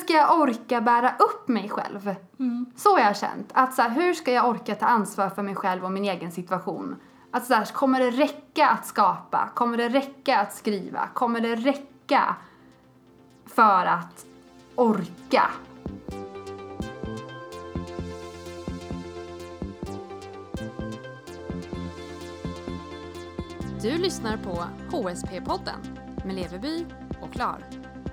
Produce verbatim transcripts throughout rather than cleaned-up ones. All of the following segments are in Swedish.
ska jag orka bära upp mig själv? Mm. Så har jag känt. Att så här, hur ska jag orka ta ansvar för mig själv och min egen situation? Att så här, kommer det räcka att skapa? Kommer det räcka att skriva? Kommer det räcka för att orka? Du lyssnar på H S P-podden med Leverby och Klar.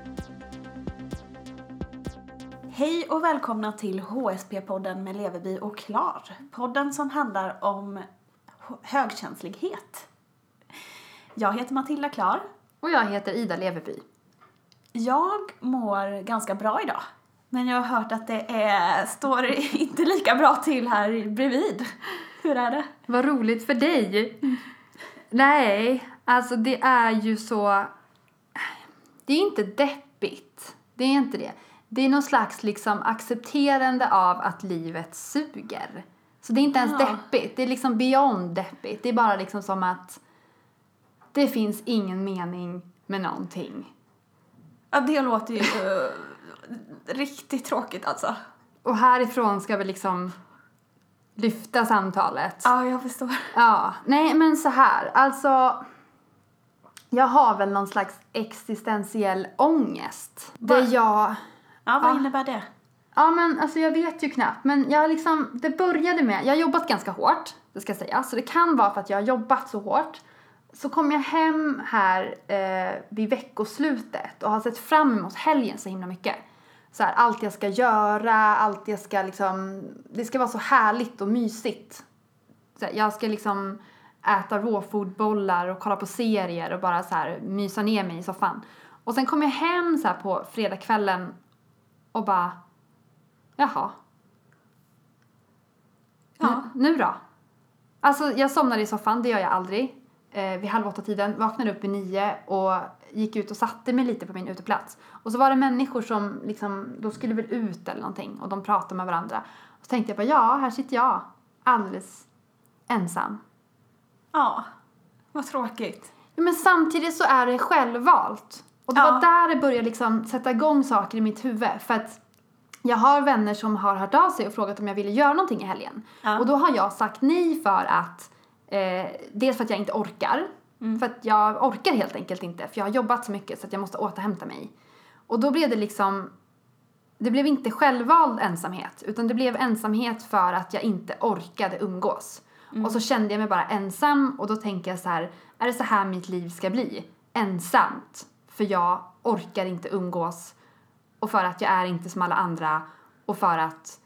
Hej och välkomna till H S P-podden med Leverby och Klar. Podden som handlar om högkänslighet. Jag heter Matilda Klar. Och jag heter Ida Leverby. Jag mår ganska bra idag. Men jag har hört att det är, står inte lika bra till här bredvid. Hur är det? Vad roligt för dig. Mm. Nej, alltså det är ju så... Det är inte deppigt. Det är inte det. Det är någon slags liksom accepterande av att livet suger. Så det är inte ens ja. deppigt. Det är liksom beyond deppigt. Det är bara liksom som att det finns ingen mening med någonting. Ja, det låter ju uh, riktigt tråkigt alltså. Och härifrån ska vi liksom lyfta samtalet. Ja, jag förstår. Ja, nej men så här. Alltså, jag har väl någon slags existentiell ångest. Va? Där jag... Ja, vad ja. innebär det? Ja, men alltså jag vet ju knappt. Men jag liksom, det började med, jag har jobbat ganska hårt, det ska jag säga. Så det kan vara för att jag har jobbat så hårt. Så kom jag hem här eh, vid veckoslutet och har sett fram emot helgen så himla mycket. Så här, allt jag ska göra, allt jag ska liksom, det ska vara så härligt och mysigt. Så här, jag ska liksom äta råfodbollar och kolla på serier och bara så här mysa ner mig i soffan. Och sen kom jag hem så här på fredagskvällen och bara, jaha. Ja. Nu, nu då? Alltså jag somnade i soffan, det gör jag aldrig. Eh, vid halv åtta tiden, vaknade upp vid nio och gick ut och satte mig lite på min uteplats. Och så var det människor som liksom, de skulle väl ut eller någonting och de pratade med varandra. Och så tänkte jag bara, ja, här sitter jag alldeles ensam. Ja, vad tråkigt. Ja, men samtidigt så är det självvalt. Och det ja. var där det började liksom sätta igång saker i mitt huvud. För att jag har vänner som har hört av sig och frågat om jag ville göra någonting i helgen. Ja. Och då har jag sagt nej för att, eh, dels för att jag inte orkar. Mm. För att jag orkar helt enkelt inte. För jag har jobbat så mycket så att jag måste återhämta mig. Och då blev det liksom, det blev inte självvald ensamhet. Utan det blev ensamhet för att jag inte orkade umgås. Mm. Och så kände jag mig bara ensam. Och då tänker jag så här, är det så här mitt liv ska bli? Ensamt. För jag orkar inte umgås. Och för att jag är inte som alla andra. Och för att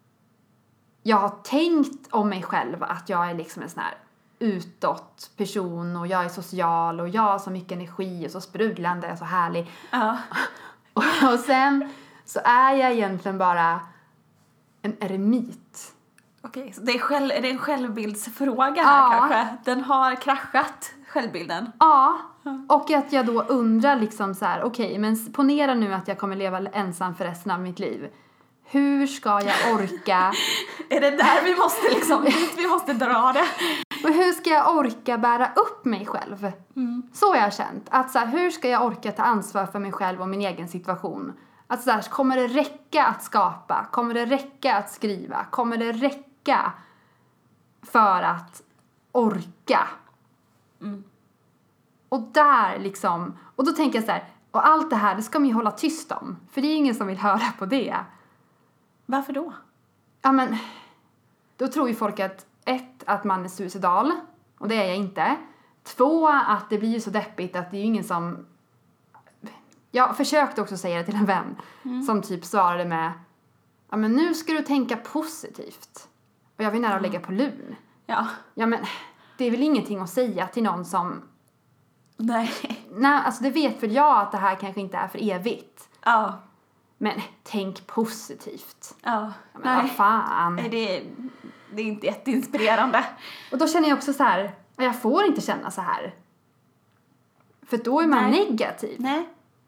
jag har tänkt om mig själv att jag är liksom en sån här utåt person. Och jag är social. Och jag har så mycket energi. Och så sprudlande och så härlig. Ja. och, och sen så är jag egentligen bara en eremit. Okej, så det är, själv, det är en självbildsfråga här ja. kanske. Den har kraschat, självbilden. Ja, och att jag då undrar liksom så här, okej, okay, men ponera nu att jag kommer leva ensam för resten av mitt liv. Hur ska jag orka? Är det där vi måste liksom, vi måste dra det? Och hur ska jag orka bära upp mig själv? Mm. Så har jag känt. Att så här, hur ska jag orka ta ansvar för mig själv och min egen situation? Att så här, kommer det räcka att skapa? Kommer det räcka att skriva? Kommer det räcka för att orka? Mm. Och där liksom, och då tänker jag så här, och allt det här, det ska man ju hålla tyst om. För det är ingen som vill höra på det. Varför då? Ja men, då tror ju folk att ett, att man är suicidal. Och det är jag inte. Två, att det blir ju så deppigt att det är ju ingen som... Jag försökte också säga det till en vän. Mm. Som typ svarade med, ja men nu ska du tänka positivt. Och jag vill nära att lägga på lun. Ja. Ja men, det är väl ingenting att säga till någon som... Nej. Nej, alltså det vet väl jag att det här kanske inte är för evigt. Ja. Men tänk positivt. Ja. Ja men vad fan. Nej, det är, det är inte jätteinspirerande. Och då känner jag också så här, jag får inte känna så här. För då är man Nej. negativ. Nej.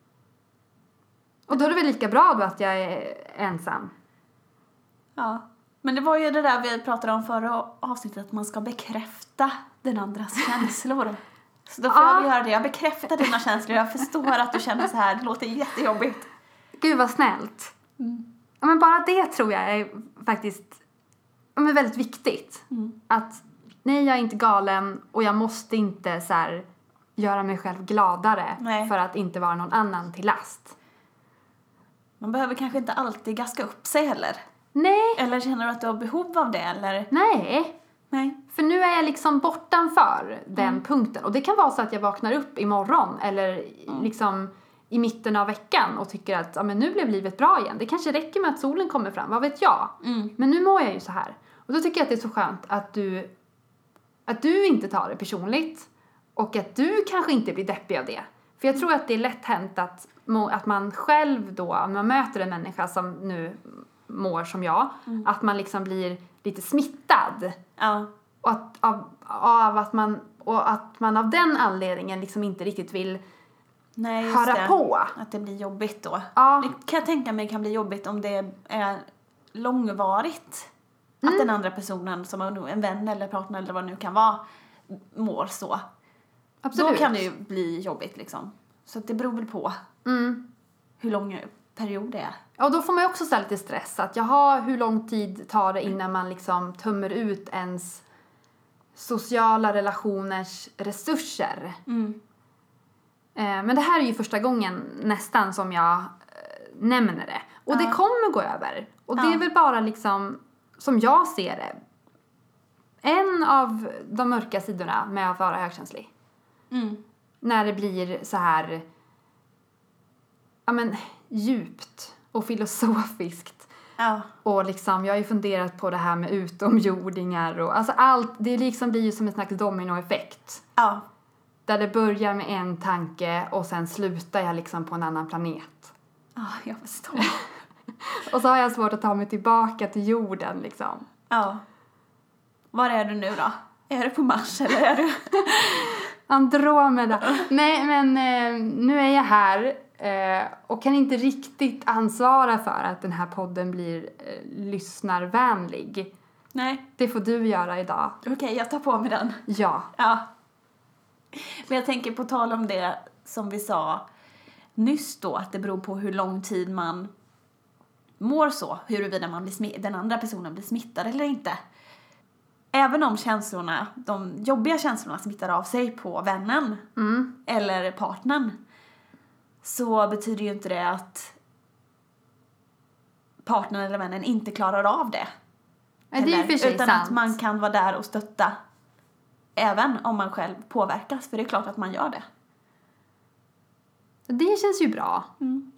Och då är det väl lika bra då att jag är ensam. Ja. Men det var ju det där vi pratade om förra avsnittet, att man ska bekräfta den andras känslor. Så då får ja. jag göra det. Jag bekräftar dina känslor. Jag förstår att du känner så här. Det låter jättejobbigt. Gud vad snällt. Mm. Ja, men bara det tror jag är faktiskt ja, men väldigt viktigt. Mm. Att nej, jag är inte galen och jag måste inte så här, göra mig själv gladare Nej. för att inte vara någon annan till last. Man behöver kanske inte alltid gaska upp sig heller. Nej, Eller känner du att du har behov av det eller? nej. Nej. För nu är jag liksom bortanför den mm. punkten. Och det kan vara så att jag vaknar upp imorgon eller Mm. liksom i mitten av veckan och tycker att ja, men nu blev livet bra igen. Det kanske räcker med att solen kommer fram, vad vet jag. Mm. Men nu mår jag ju så här. Och då tycker jag att det är så skönt att du, att du inte tar det personligt. Och att du kanske inte blir deppig av det. För jag tror att det är lätt hänt att, att man själv då, om man möter en människa som nu mår som jag. Mm. Att man liksom blir lite smittad. Ja. Och att, av, av att man, och att man av den anledningen liksom inte riktigt vill Nej, just höra det. på. Att det blir jobbigt då. Ja. Det kan jag tänka mig kan bli jobbigt om det är långvarigt. Mm. Att den andra personen, som en vän eller partner eller vad det nu kan vara, mår så. Absolut. Då kan det ju bli jobbigt liksom. Så att det beror väl på Mm. hur lång period det är. Och då får man ju också ställa lite stress. Att jaha, hur lång tid tar det innan man liksom tömmer ut ens sociala relationers resurser. Mm. Eh, men det här är ju första gången nästan som jag eh, nämner det. Och Ja. det kommer gå över. Och det Ja. är väl bara liksom, som jag ser det, en av de mörka sidorna med att vara högkänslig. Mm. När det blir så här, ja men, djupt och filosofiskt. Ja. Och liksom, jag har ju funderat på det här med utomjordingar och alltså allt, det liksom blir ju som en slags dominoeffekt. Ja. Där det börjar med en tanke och sen slutar jag liksom på en annan planet. Ja, jag förstår. Och så har jag svårt att ta mig tillbaka till jorden liksom. Ja. Var är du nu då? Är du på Mars eller är du... Andromeda. Nej, men eh, nu är jag här eh, och kan inte riktigt ansvara för att den här podden blir eh, lyssnarvänlig. Nej. Det får du göra idag. Okej, okay, jag tar på mig den. Ja. Ja. Men jag tänker på tal om det som vi sa nyss då, att det beror på hur lång tid man mår så, huruvida man blir sm- den andra personen blir smittad eller inte. Även om känslorna, de jobbiga känslorna smittar av sig på vännen Mm. eller partnern, så betyder ju inte det att partnern eller vännen inte klarar av det. Men det är ju för sig utan sant. att man kan vara där och stötta även om man själv påverkas, för det är klart att man gör det. Det känns ju bra. Mm.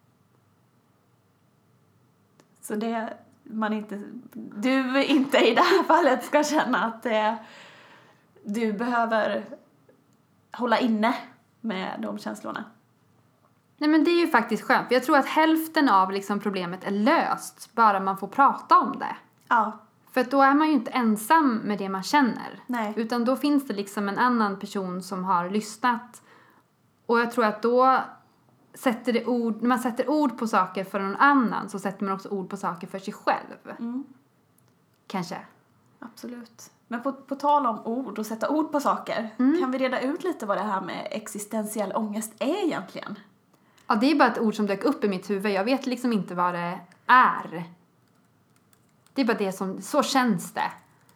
Så det man inte du inte i det här fallet ska känna att eh, du behöver hålla inne med de känslorna. Nej, men det är ju faktiskt skönt. För jag tror att hälften av liksom problemet är löst bara man får prata om det. Ja. För att då är man ju inte ensam med det man känner. Nej. Utan då finns det liksom en annan person som har lyssnat. Och jag tror att då sätter det ord, när man sätter ord på saker för någon annan, så sätter man också ord på saker för sig själv. Mm. Kanske. Absolut. Men på, på tal om ord och sätta ord på saker, Mm. kan vi reda ut lite vad det här med existentiell ångest är egentligen? Ja, det är bara ett ord som dök upp i mitt huvud. Jag vet liksom inte vad det är. Det är bara det som, så känns det.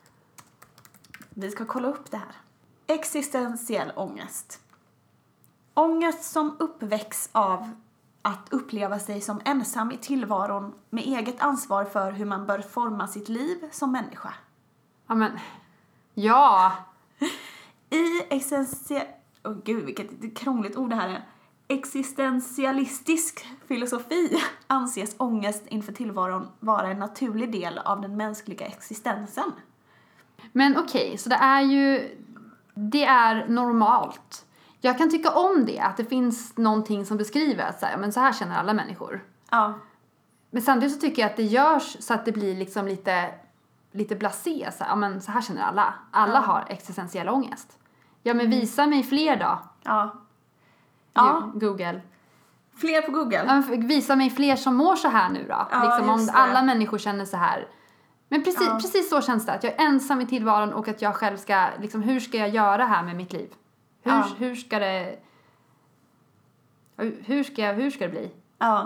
Vi ska kolla upp det här. Existentiell ångest. Ångest som uppväcks av att uppleva sig som ensam i tillvaron med eget ansvar för hur man bör forma sitt liv som människa. Ja, men... Ja! I existentiell... Åh oh, gud, vilket krångligt ord det här är. Existentialistisk filosofi anses ångest inför tillvaron vara en naturlig del av den mänskliga existensen. Men okej, okay, så det är ju... Det är normalt. Jag kan tycka om det, att det finns någonting som beskriver att så här, men så här känner alla människor. Ja. Men samtidigt så tycker jag att det görs så att det blir liksom lite, lite blasé. Så här, ja, men så här känner alla. Alla Ja. har existentiell ångest. Ja, men visa mig fler då. Ja. Ja. Google. Fler på Google. Ja, visa mig fler som mår så här nu då. Ja, liksom, om just det. alla människor känner så här. Men precis, Ja. precis så känns det. Att jag är ensam i tillvaron och att jag själv ska, liksom, hur ska jag göra här med mitt liv? Hur, Ja. hur ska det... Hur ska, jag, hur ska det bli? Ja.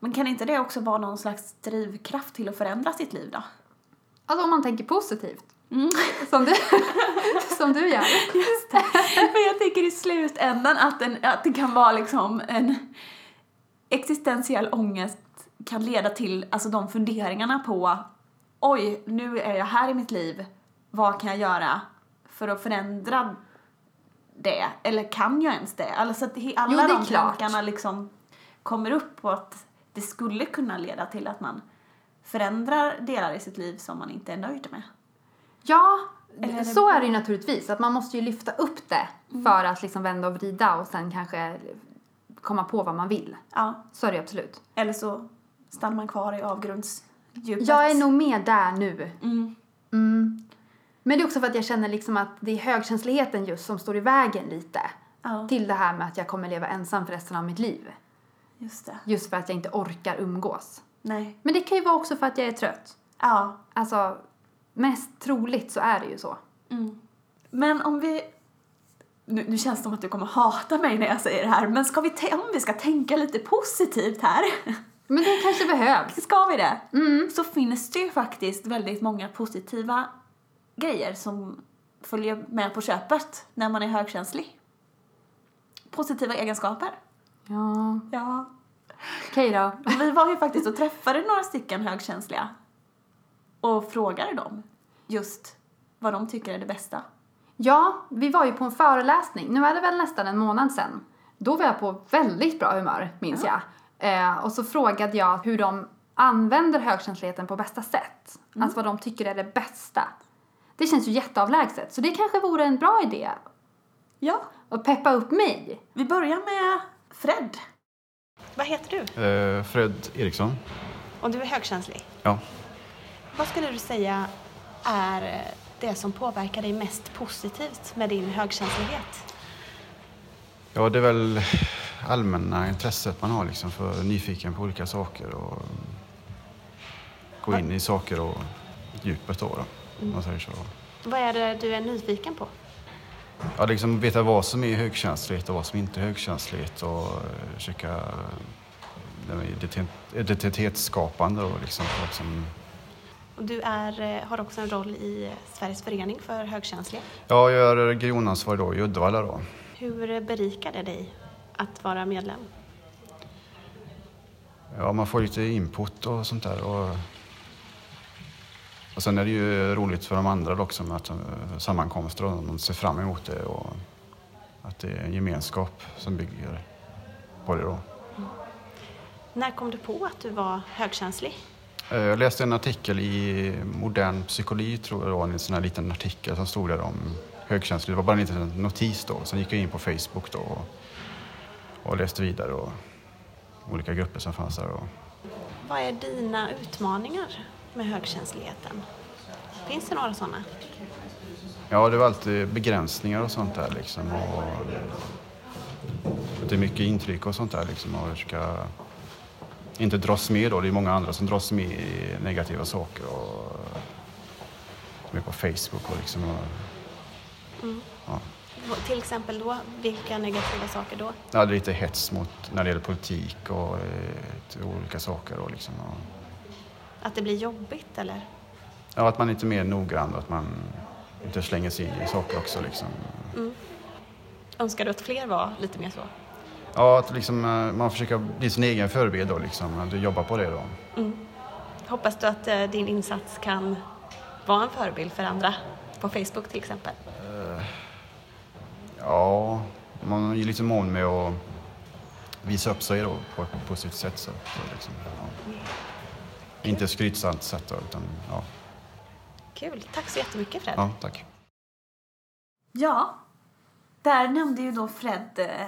Men kan inte det också vara någon slags drivkraft till att förändra sitt liv då? Alltså om man tänker positivt. Mm. Som, du, som du gör. Just det. Men jag tänker i slutändan att, en, att det kan vara liksom en existentiell ångest kan leda till alltså de funderingarna på oj, nu är jag här i mitt liv. Vad kan jag göra för att förändra det? Eller kan jag ens det? Alltså att alla jo, de klart. tankarna liksom kommer upp på att det skulle kunna leda till att man förändrar delar i sitt liv som man inte är nöjd med. Ja, Eller så är det ju naturligtvis. Att man måste ju lyfta upp det mm. för att liksom vända och vrida och sen kanske komma på vad man vill. Ja. Så är det absolut. Eller så stannar man kvar i avgrundsdjupet. Jag är nog med där nu. Mm. Mm. Men det är också för att jag känner liksom att det är högkänsligheten just som står i vägen lite. Ja. Till det här med att jag kommer leva ensam för resten av mitt liv. Just det. Just för att jag inte orkar umgås. Nej. Men det kan ju vara också för att jag är trött. Ja. Alltså, mest troligt så är det ju så. Mm. Men om vi... Nu, nu känns det som att du kommer hata mig när jag säger det här. Men ska vi te- om vi ska tänka lite positivt här. Men det kanske behövs. Ska vi det? Mm. Så finns det ju faktiskt väldigt många positiva grejer som följer med på köpet när man är högkänslig. Positiva egenskaper. Ja. Ja. Okej då. Vi var ju faktiskt och träffade några stycken högkänsliga. Och frågade dem just vad de tycker är det bästa. Ja, vi var ju på en föreläsning. Nu är det väl nästan en månad sedan. Då var jag på väldigt bra humör, minns ja. jag. Eh, och så frågade jag hur de använder högkänsligheten på bästa sätt. Mm. Alltså vad de tycker är det bästa. Det känns ju jätteavlägset. Så det kanske vore en bra idé. Ja. Och peppa upp mig. Vi börjar med Fred. Vad heter du? Eh, Fred Eriksson. Och du är högkänslig? Ja. Vad skulle du säga är det som påverkar dig mest positivt med din högkänslighet? Ja, det är väl allmänna intresset man har liksom för nyfiken på olika saker och gå in i saker och djupet då, då mm. man säger så. Vad är det du är nyfiken på? Ja, liksom veta vad som är högkänslighet och vad som inte är högkänslighet och försöka identitetsskapande och liksom, liksom. Och du är, har också en roll i Sveriges förening för högkänsliga. Ja, jag är regionansvarig då i Uddevalla då. Hur berikar det dig att vara medlem? Ja, man får lite input och sånt där. Och, och sen är det ju roligt för de andra också med att sammankomster och man ser fram emot det och att det är en gemenskap som bygger på det då. Mm. När kom du på att du var högkänslig? Jag läste en artikel i Modern psykologi, tror jag det var, en sån här liten artikel som stod där om högkänslig. Det var bara en liten notis då. Sen gick jag in på Facebook då och, och läste vidare och olika grupper som fanns där. Och... Vad är dina utmaningar med högkänsligheten? Finns det några sådana? Ja, det var alltid begränsningar och sånt där liksom. Och det är mycket intryck och sånt där liksom. Och jag ska inte dras med då. Det är många andra som dras med i negativa saker och som är på Facebook och liksom. Och, mm. ja. Till exempel då, vilka negativa saker då? Ja, det är lite hets mot när det gäller politik och eh, olika saker och liksom. Och... Att det blir jobbigt eller? Ja, att man är lite mer noggrann och att man inte slänger sig in i saker också liksom. Mm. Önskar du att fler var lite mer så? Ja, att liksom, man försöker bli sin egen förebild då liksom, att du jobbar på det då. Mm. Hoppas du att uh, din insats kan vara en förebild för andra på Facebook till exempel? Uh, ja, man är ju lite mån med att visa upp sig då på ett positivt sätt. Så, så liksom, ja. mm. Inte skrytsamt sätt då, utan ja. Kul, tack så jättemycket Fred. Ja, tack. Ja, där nämnde ju då Fred eh,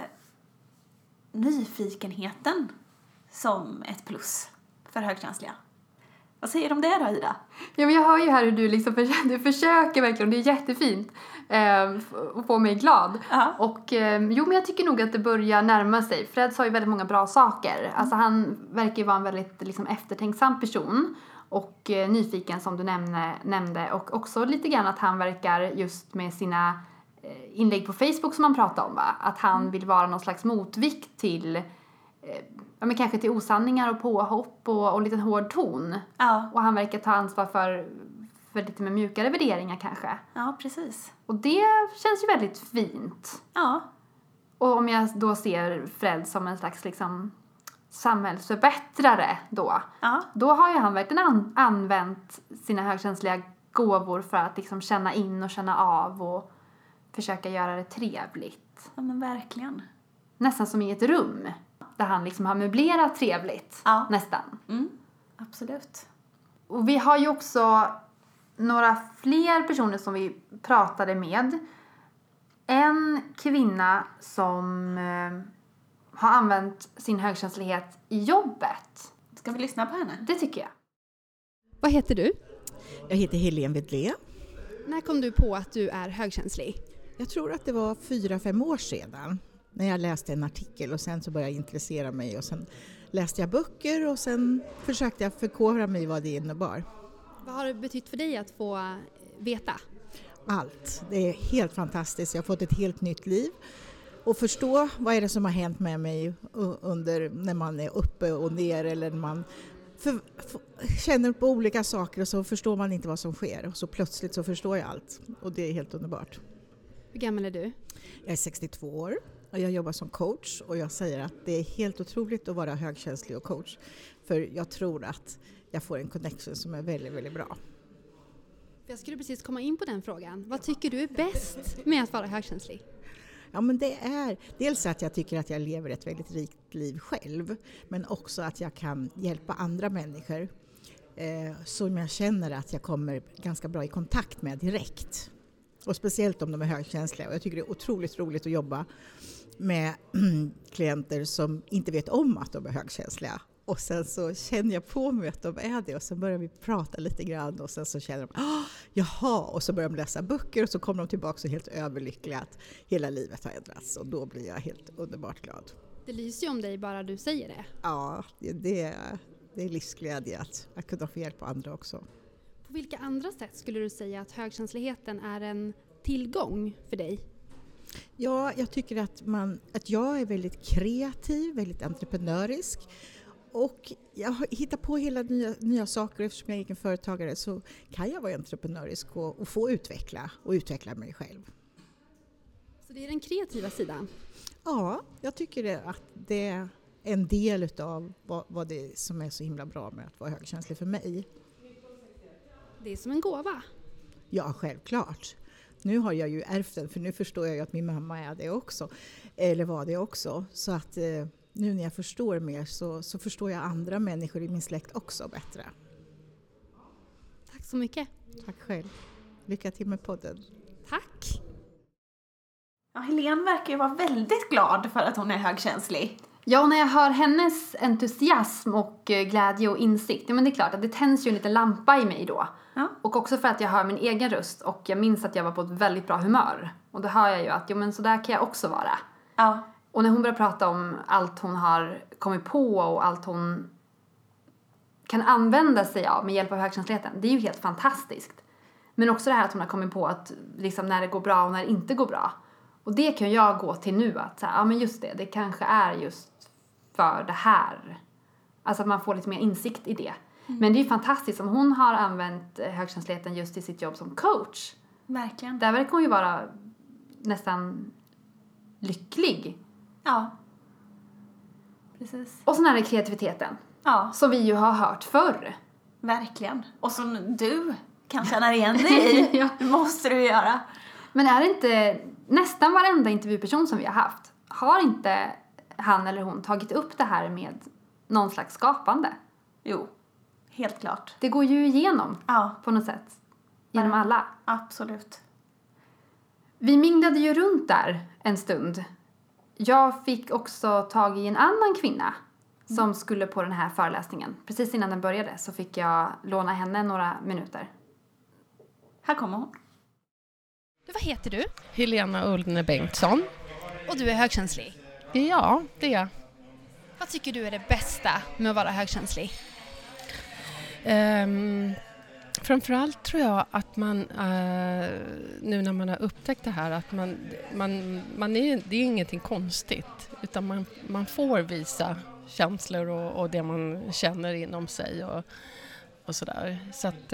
nyfikenheten som ett plus för högkänsliga. Vad säger du om det då, Ida? Ja, men jag hör ju här hur du liksom för, du försöker verkligen, det är jättefint eh, att få mig glad. Uh-huh. Och eh, jo, men jag tycker nog att det börjar närma sig. Fred sa ju väldigt många bra saker. Mm. Alltså han verkar ju vara en väldigt liksom, eftertänksam person. Och eh, nyfiken som du nämnde, nämnde. Och också lite grann att han verkar just med sina eh, inlägg på Facebook som han pratade om. Va? Att han mm. vill vara någon slags motvikt till eh, ja, men kanske till osanningar och påhopp och, och lite hård ton. Ja. Och han verkar ta ansvar för, för lite mer mjukare värderingar kanske. Ja, precis. Och det känns ju väldigt fint. Ja. Och om jag då ser Fred som en slags liksom samhällsförbättrare då. Ja. Då har ju han verkligen an- använt sina högkänsliga gåvor för att liksom känna in och känna av och försöka göra det trevligt. Ja, men verkligen. Nästan som i ett rum där han liksom har möblerat trevligt. Ja. Nästan. Mm. Absolut. Och vi har ju också några fler personer som vi pratade med. En kvinna som eh, har använt sin högkänslighet i jobbet. Ska vi lyssna på henne? Det tycker jag. Vad heter du? Jag heter Helene Vedlé. När kom du på att du är högkänslig? Jag tror att det var fyra, fem år sedan när jag läste en artikel och sen så började jag intressera mig och sen läste jag böcker och sen försökte jag förkovra mig vad det innebar. Vad har det betytt för dig att få veta? Allt. Det är helt fantastiskt. Jag har fått ett helt nytt liv och förstå vad är det som har hänt med mig under när man är uppe och ner eller när man för, för, känner på olika saker och så förstår man inte vad som sker och så plötsligt så förstår jag allt och det är helt underbart. Hur gammal är du? Jag är sextiotvå år och jag jobbar som coach och jag säger att det är helt otroligt att vara högkänslig och coach för jag tror att jag får en connection som är väldigt, väldigt bra. Jag skulle precis komma in på den frågan. Vad tycker du är bäst med att vara högkänslig? Ja, men det är dels att jag tycker att jag lever ett väldigt rikt liv själv men också att jag kan hjälpa andra människor eh, som jag känner att jag kommer ganska bra i kontakt med direkt. Och speciellt om de är högkänsliga. Och jag tycker det är otroligt roligt att jobba med klienter som inte vet om att de är högkänsliga. Och sen så känner jag på mig att de är det och så börjar vi prata lite grann och sen så känner de, ah, jaha, och så börjar de läsa böcker och så kommer de tillbaka så helt överlyckliga att hela livet har ändrats och då blir jag helt underbart glad. Det lyser ju om dig bara du säger det. Ja, det, det, det är livsglädje att, att kunna få hjälpa andra också. På vilka andra sätt skulle du säga att högkänsligheten är en tillgång för dig? Ja, jag tycker att, man, att jag är väldigt kreativ, väldigt entreprenörisk. Och jag hittar på hela nya, nya saker eftersom jag är egen företagare så kan jag vara entreprenörisk och, och få utveckla och utveckla mig själv. Så det är den kreativa sidan? Ja, jag tycker det, att det är en del av vad, vad det är som är så himla bra med att vara högkänslig för mig. Det är som en gåva? Ja, självklart. Nu har jag ju ärvt den för nu förstår jag ju att min mamma är det också. Eller var det också. Så att eh, nu när jag förstår mer så, så förstår jag andra människor i min släkt också bättre. Tack så mycket. Tack själv. Lycka till med podden. Tack. Ja, Helene verkar ju vara väldigt glad för att hon är högkänslig. Ja, och när jag hör hennes entusiasm och eh, glädje och insikt, ja men det är klart att det tänds ju en liten lampa i mig då. Ja. Och också för att jag hör min egen röst och jag minns att jag var på ett väldigt bra humör. Och då hör jag ju att, jo men så där kan jag också vara. Ja. Och när hon börjar prata om allt hon har kommit på och allt hon kan använda sig av med hjälp av högkänsligheten, det är ju helt fantastiskt. Men också det här att hon har kommit på att liksom när det går bra och när det inte går bra. Och det kan jag gå till nu att så här, ja men just det, det kanske är just för det här. Alltså att man får lite mer insikt i det. Mm. Men det är ju fantastiskt om hon har använt högkänsligheten just i sitt jobb som coach. Verkligen. Där verkar hon ju vara nästan lycklig. Ja. Precis. Och sen är det kreativiteten. Ja. Som vi ju har hört förr. Verkligen. Och som du kan känna igen dig i. Ja. Det måste du göra. Men är det inte nästan varenda intervjuperson som vi har haft, har inte han eller hon tagit upp det här med någon slags skapande? Jo, helt klart. Det går ju igenom Ja. på något sätt. Genom Ja. alla. Absolut. Vi minglade ju runt där en stund. Jag fick också tag i en annan kvinna som mm. skulle på den här föreläsningen. Precis innan den började så fick jag låna henne några minuter. Här kommer hon. Du, vad heter du? Helena Ullne Bengtsson. Och du är högkänslig? Ja, det är jag. Vad tycker du är det bästa med att vara högkänslig? Um, framförallt tror jag att man, uh, nu när man har upptäckt det här, att man, man, man är, det är ingenting konstigt. Utan man, man får visa känslor och, och det man känner inom sig och, och sådär. Så att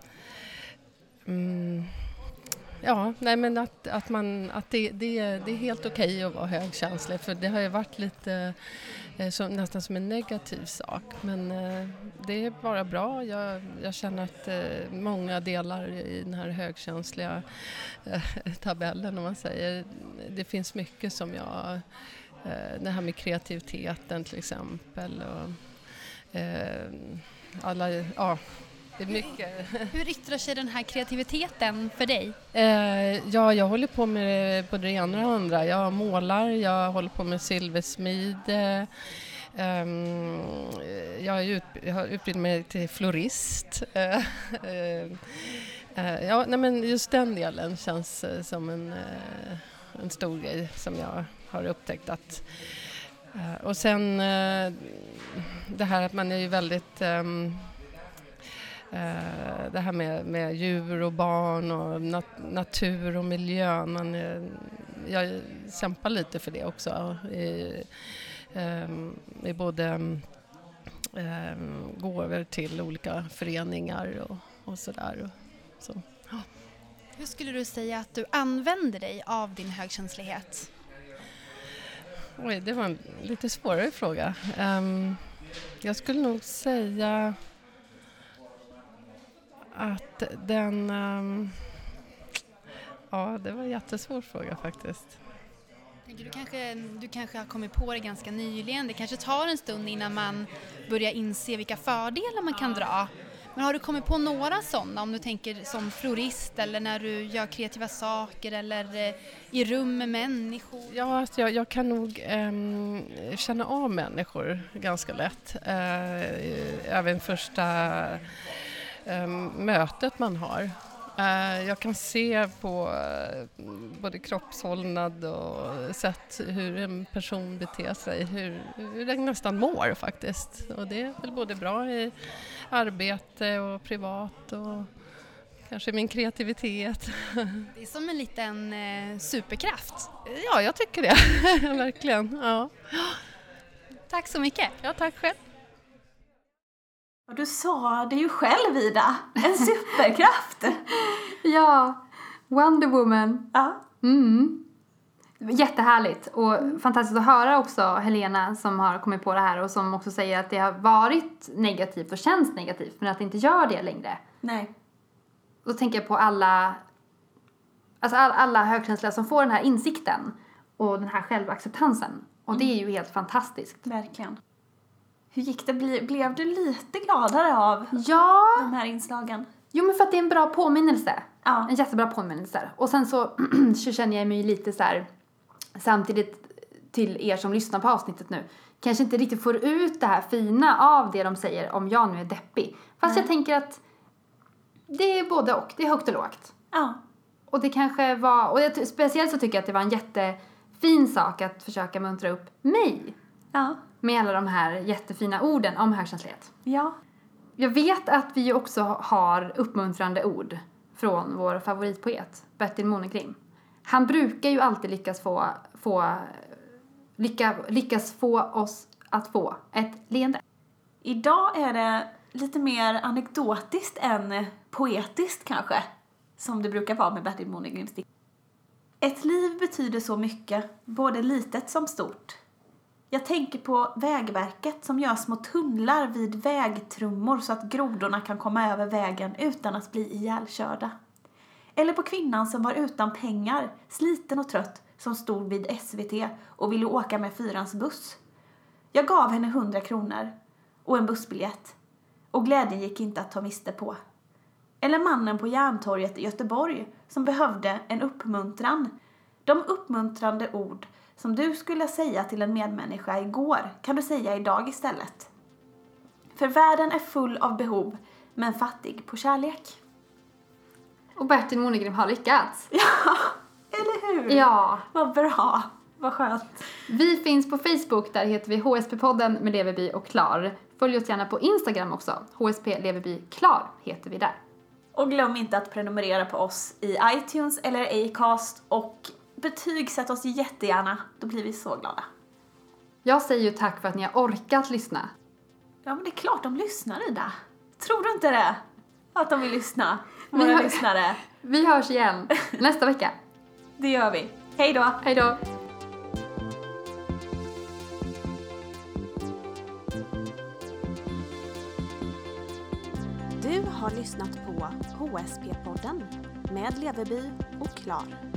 um, ja, nej men att, att, man, att det, det, det är helt okej att vara högkänslig, för det har ju varit lite eh, så, nästan som en negativ sak, men eh, det är bara bra. Jag, jag känner att eh, många delar i den här högkänsliga eh, tabellen, om man säger, det finns mycket som jag, eh, det här med kreativiteten till exempel och eh, alla, ja, det är mycket. Hur yttrar sig den här kreativiteten för dig? Eh, ja, jag håller på med både det ena och det andra. Jag målar, jag håller på med silversmide. Eh, jag, är ut, jag har utbildat mig till florist. Eh, eh, ja, nej, men just den delen känns eh, som en, eh, en stor grej som jag har upptäckt. Att, eh, och sen eh, det här att man är ju väldigt... Eh, Uh, det här med, med djur och barn och nat- natur och miljön. Man, uh, jag kämpar lite för det också. I, um, i både um, gå över till olika föreningar och, och sådär. Så, ja. Hur skulle du säga att du använder dig av din högkänslighet? Oj, det var en lite svårare fråga. Um, jag skulle nog säga... att den... Um, ja, det var en jättesvår fråga faktiskt. Du kanske, du kanske har kommit på det ganska nyligen. Det kanske tar en stund innan man börjar inse vilka fördelar man kan dra. Men har du kommit på några sådana, om du tänker som florist eller när du gör kreativa saker eller eh, i rum med människor? Ja, alltså jag, jag kan nog um, känna av människor ganska lätt. Uh, även första... mötet man har. Jag kan se på både kroppshållnad och sätt hur en person beter sig, hur, hur den nästan mår faktiskt. Och det är väl både bra i arbete och privat och kanske min kreativitet. Det är som en liten eh, superkraft. Ja, jag tycker det. Verkligen. Ja. Tack så mycket. Ja, tack själv. Och du sa det ju själv, Ida. En superkraft. Ja, Wonder Woman. Ja. Mm. Jättehärligt och fantastiskt att höra också Helena som har kommit på det här och som också säger att det har varit negativt och känns negativt men att det inte gör det längre. Nej. Då tänker jag på alla, alltså alla, alla högkänsliga som får den här insikten och den här självacceptansen. Och mm. det är ju helt fantastiskt. Verkligen. Hur gick det? Ble, blev du lite gladare av ja. de här inslagen? Jo, men för att det är en bra påminnelse. Ja. En jättebra påminnelse. Och sen så, så känner jag mig lite så här, samtidigt till er som lyssnar på avsnittet nu, kanske inte riktigt får ut det här fina av det de säger om jag nu är deppig. Fast Nej. jag tänker att det är både och. Det är högt och lågt. Ja. Och det kanske var, och jag, speciellt så tycker jag att det var en jättefin sak att försöka muntra upp mig. Ja. Med alla de här jättefina orden om högkänslighet. Ja. Jag vet att vi också har uppmuntrande ord från vår favoritpoet, Bertil Monegrim. Han brukar ju alltid lyckas få, få, lycka, lyckas få oss att få ett leende. Idag är det lite mer anekdotiskt än poetiskt kanske, som det brukar vara med Bertil Monegrims dikt. Ett liv betyder så mycket, både litet som stort. Jag tänker på Vägverket som gör små tunnlar vid vägtrummor så att grodorna kan komma över vägen utan att bli ihjälkörda. Eller på kvinnan som var utan pengar, sliten och trött, som stod vid S V T och ville åka med fyrans buss. Jag gav henne hundra kronor och en bussbiljett och glädjen gick inte att ta miste på. Eller mannen på Järntorget i Göteborg som behövde en uppmuntran. De uppmuntrande ord som du skulle säga till en medmänniska igår kan du säga idag istället. För världen är full av behov men fattig på kärlek. Och Bertil Monegrim har lyckats. Ja, eller hur? Ja. Vad bra, vad skönt. Vi finns på Facebook, där heter vi H S P-podden med Leverby och Klar. Följ oss gärna på Instagram också. H S P Leverby Klar heter vi där. Och glöm inte att prenumerera på oss i iTunes eller Acast och betygsätt oss jättegärna. Då blir vi så glada. Jag säger ju tack för att ni har orkat lyssna. Ja, men det är klart de lyssnar, Ida. Tror du inte det? Att de vill lyssna? Våra Vi hör- lyssnare. Vi hörs igen nästa vecka. Det gör vi. Hej då! Hej då! Du har lyssnat på H S P-podden med Leveby och Klar.